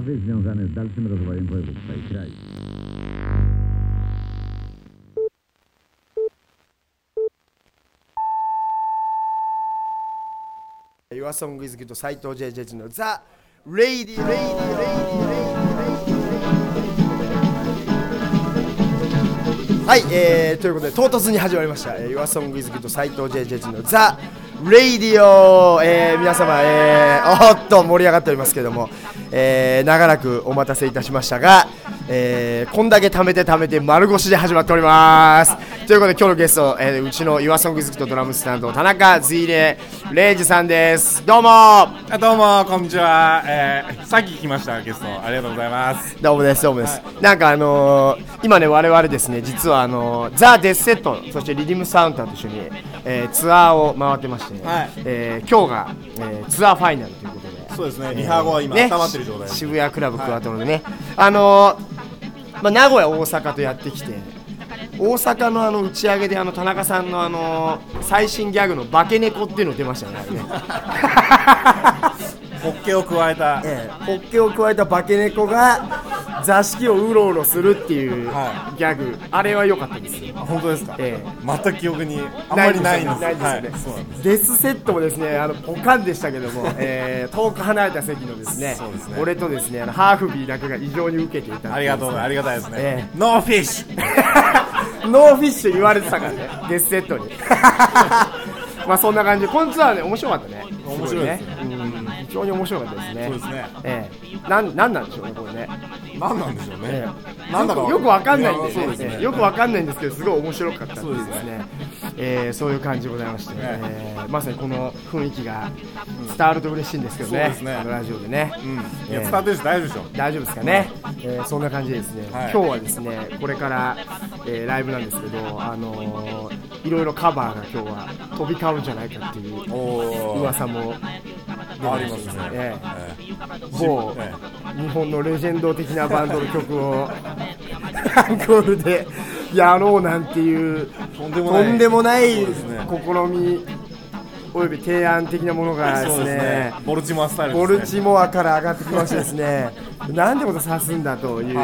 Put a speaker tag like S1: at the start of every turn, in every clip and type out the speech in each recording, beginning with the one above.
S1: Noticias González, dale-se-me das varias juegos, para tirar.
S2: ユアソングイズギと斉藤 JJ のザ・レイディオ。はい、ということで唐突に始まりましたユアソングイズギと斉藤 JJ のザ・レイディオ、皆様、おっと盛り上がっておりますけども、長らくお待たせいたしましたが、こんだけ貯めて丸腰で始まっておりますということで今日のゲスト、うちのユアソングイズギとドラムスタンド田中ズイレイジさんです。どうも
S3: どうもこんにちは、さっき来ましたゲストありがとうございます。
S2: どうもです。なんか今ね我々ですね実はザ・デスセットそしてリディムサウンターと一緒に、ツアーを回ってまして、今日が、ツアーファイナルということで
S3: そうですね、リハ後は今、温まってる状態、
S2: 渋谷クラブクワトロでね、名古屋大阪とやってきて大阪の打ち上げで田中さんの最新ギャグの化け猫っていうの出ましたね
S3: ホッケを加えた、
S2: ホッケを加えた化け猫が座敷をうろうろするっていうギャグ、あれは良かったですよ。
S3: 本当ですか、全く記憶にあんまりないんです
S2: よね。デスセットもですねポカンでしたけども、遠く離れた席のですね俺とですねハーフビーだけが異常に受けていた
S3: ありがたいですね、ノーフィッシュ
S2: ノーフィッシュ言われてたからねデスセットにまあそんな感じでこのツアーね面白かったね。
S3: 面白いですね、
S2: 非常に面白かったですね。
S3: そうですね、
S2: なんでしょうねこれね。
S3: なんなんでしょうね、
S2: よくわかんないんですね。よくわかんないんですけどすごい面白かったっていうですね、そういう感じでございまして、まさにこの雰囲気が伝わると嬉しいんですけどね、このラジオでね。
S3: いや伝わってるし大丈夫でしょ。
S2: 大丈夫ですかね。そんな感じでですね、今日はですねこれから、ライブなんですけどいろいろカバーが今日は飛び交うんじゃないかっていう噂も
S3: ありますね。
S2: 某日本のレジェンド的なバンドの曲をアンコールでやろうなんていうとんでもない試みおよび提案的なものがですね
S3: ボルチモアスタイル
S2: ボルチモアから上がってきましてですねなんてこと指すんだという、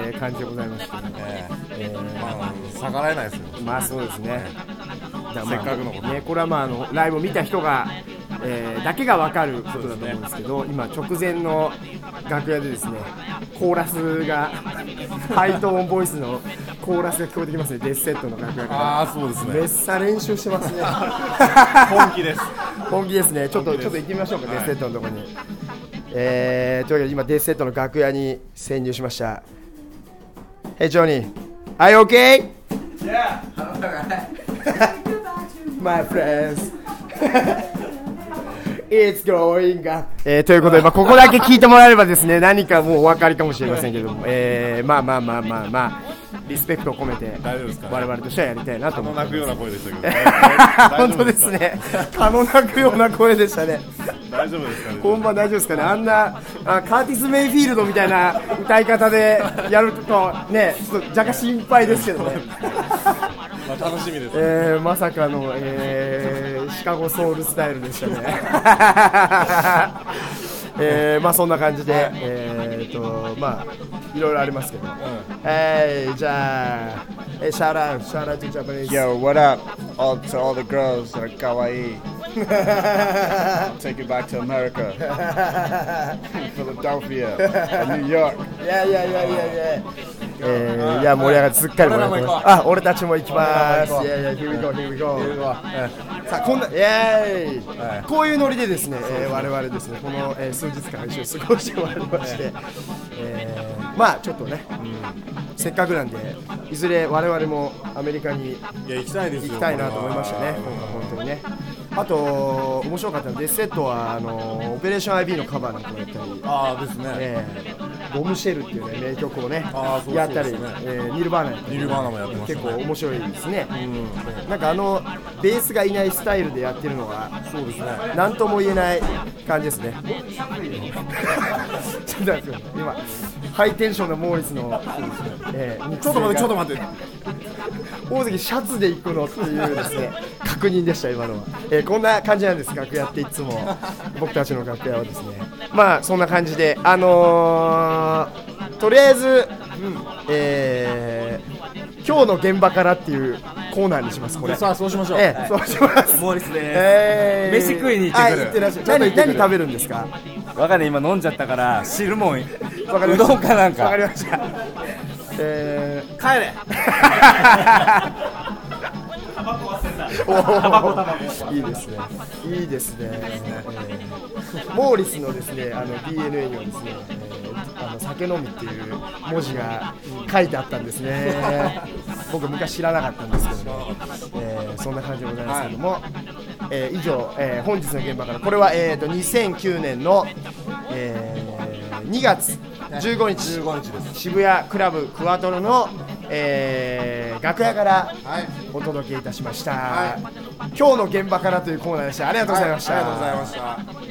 S2: 感じでございまして、
S3: 逆らえないですよ。
S2: まあそうですね。
S3: せっかくのこと
S2: ね、これはライブを見た人がだけが分かることだと思うんですけど、今直前の楽屋でですねコーラスがハイトーンボイスのコーラスが聞こえてきますね。デスセットの楽屋から
S3: そうですね。
S2: めっさ練習してますね
S3: 本気です
S2: 本気ですね。ちょっと行ってみましょうか、デスセットのところに。というわけで今デスセットの楽屋に潜入しました。Hey Johnny, are you okay?
S4: Yeah.
S2: My friends It's going up、ということで、ここだけ聞いてもらえればですね何かもうお分かりかもしれませんけども、まあリスペクトを込めて我々としてはやりたいなと思ってます。
S3: 蚊の鳴くような声でしたけど
S2: 本当ですね、蚊の鳴くような声でしたね。
S3: 大丈夫ですかね。
S2: 本番大丈夫ですかね。あんなカーティス・メイフィールドみたいな歌い方でやるとねちょっと若干心配ですけどね
S3: 楽しみです、
S2: まさかの、シカゴソウルスタイルでしたねまあそんな感じで、まあいろいろありますけど、じゃあ、shout out to Japanese.
S4: Yo, what up? To all the girls that are kawaii. I'll take you back to America. Philadelphia. New York.
S2: Yeah. いや盛り上がってすっかり盛り上がってます。俺たちも行きます。Here we go. さあこんなこういうノリでですね、我々ですねこの、数日間一緒に過ごしてまいりまして、まあちょっとね、せっかくなんでいずれ我々もアメリカに
S3: 行きたいですよ。
S2: 行きたいなと思いましたね。今回本当にね。あと面白かったのはデスセットはオペレーション IB のカバーなんかをやったり、
S3: ですね。
S2: ボムシェルっていうね名曲をねやったり、ニルバーナ
S3: もやってましたね。
S2: 結構面白いですね。なんかベースがいないスタイルでやってるのが
S3: そうですね。
S2: なんとも言えない感じですね。ちょっと待って今ハイテンションなモーリスの、
S3: ちょっと待って。
S2: 大関シャツで行くのっていうですね確認でした今のは、こんな感じなんです楽屋っていつも僕たちの楽屋はですねまあそんな感じでとりあえず、今日の現場からっていうコーナーにします。これ
S5: さあそうしましょう。
S2: そうします。
S5: モーリスです。飯食いに行ってくる。
S2: 行ってらっしゃい。何食べるんですか？
S5: わかんない、今飲んじゃったから汁もん、う
S2: わかりました
S5: どんかなんか。
S2: わかりました。
S5: 帰れ。
S2: いいですね。いいですね。モーリスのですね、DNA にはですね、酒飲みっていう文字が書いてあったんですね。僕昔知らなかったんですけども、そんな感じでございますけども、以上、本日の現場からこれは2009年の2月15日です。渋谷クラブクワトロの楽屋からお届けいたしました、今日の現場からというコーナーでした。ありがとうございました。
S3: ありがとうございました。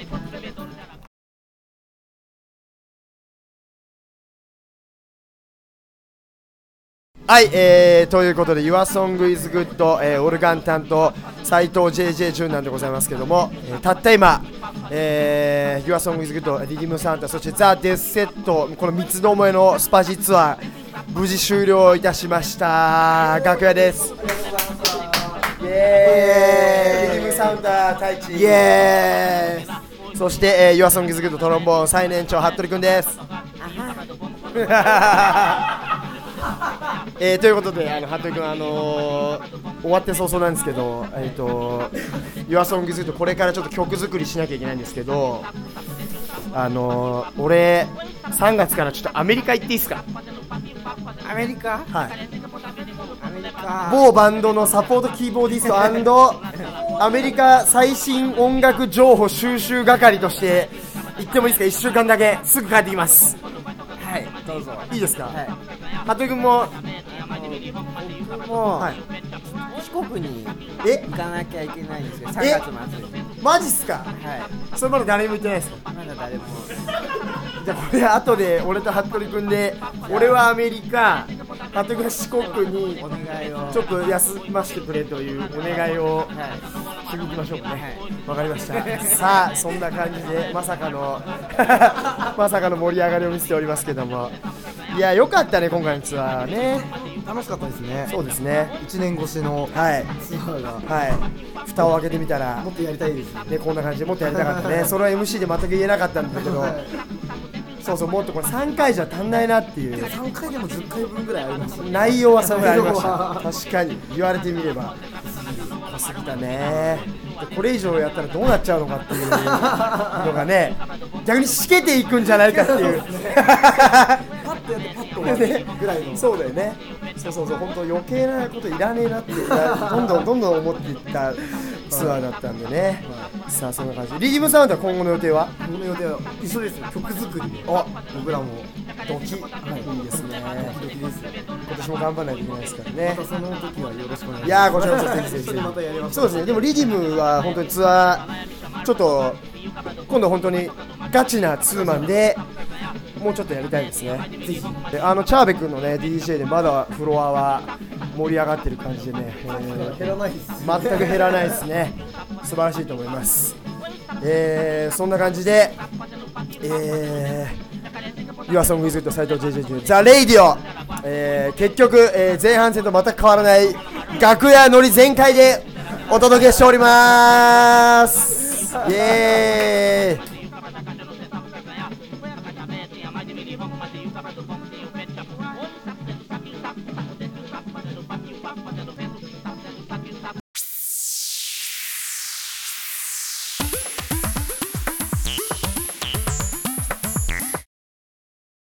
S2: はい、ということで Your Song is Good、オルガン担当斉藤 JJ 潤なんでございますけども、たった今、Your Song is Good、リディムサンタ、そしてザ・デスセット、この三つどもえのスパジツアー無事終了いたしました。楽屋です。イエーイ。リディムサウンダー太一、イエーイ。そして、Your Song is Good トロンボーン最年長服部くんです。ということで服部君、終わって早々なんですけど、Your Song is Good これからちょっと曲作りしなきゃいけないんですけど、俺3月からちょっとアメリカ行っていいですか？
S5: アメリカ？
S2: はい。
S5: アメリカ。
S2: 某バンドのサポートキーボーディスト&アメリカ最新音楽情報収集係として行ってもいいですか？1週間だけすぐ帰ってきます。
S5: はい、どうぞ。
S2: いいですか？
S5: はい。
S2: 服部君も
S5: 僕も、
S2: はい、
S5: 四国に行かなきゃいけないんですけど、3月末に。
S2: マジっすか？
S5: はい。
S2: それまで誰にも言ってないですか？
S5: まだ誰も。
S2: じゃあこれ後で俺と服部君で、俺はアメリカ、服部君は四国に
S5: お願いを
S2: ちょっと休ませてくれというお願いを
S5: はい
S2: しに行きましょうかね。
S5: は
S2: わかりました。さあそんな感じでまさかのまさかの盛り上がりを見せておりますけども、いや良かったね今回のツアーね。
S6: 楽しかったですね。
S2: そうですね。
S6: 1年越しの
S2: はい
S6: ツアーが
S2: はい。蓋を開けてみたら
S6: もっとやりたいですね。
S2: ね、こんな感じでもっとやりたかったね。それは MC で全く言えなかったんだけど、そうそう、もっとこれ3回じゃ足んないなっていう。
S6: 3回でも10回分ぐらいありましたね。
S2: 内容はそれぐらいありました。
S6: 内容は
S2: 確かに言われてみれば濃すぎたね。でこれ以上やったらどうなっちゃうのかっていうのがね、逆にしけていくんじゃないかっていう
S6: パッとやってパッと終わるぐらいの。
S2: そうだよね。そうそうそう、本当余計なこといらねえなってどんどん思っていったツアーだったんでね。さあそんな感じ。リディムサウンドは今後の予定は？
S6: この予定は一緒ですよ。曲作りで。
S2: あ、
S6: 僕らも
S2: ドキ、いいですね。
S6: ドキドキですよ。
S2: 今年も頑張らないといけないですからね。
S6: またその時はよろしくお願いします。
S2: いやー、こちらこそぜひぜひ
S6: 一緒にまたやりましょ
S2: そうですね。でもリディムは本当にツアーちょっと今度本当にガチなツーマンでもうちょっとやりたいですね。
S6: ぜひ。
S2: でチャーベ君のね DJ でまだフロアは盛り上がってる感じでね、
S6: 減らないです。
S2: 全く減らないですね。素晴らしいと思います。そんな感じで、Your Song is Good 斉藤 JJ ザ・レイディオ、結局、前半戦と全く変わらない楽屋乗り全開でお届けしております。イエーイ。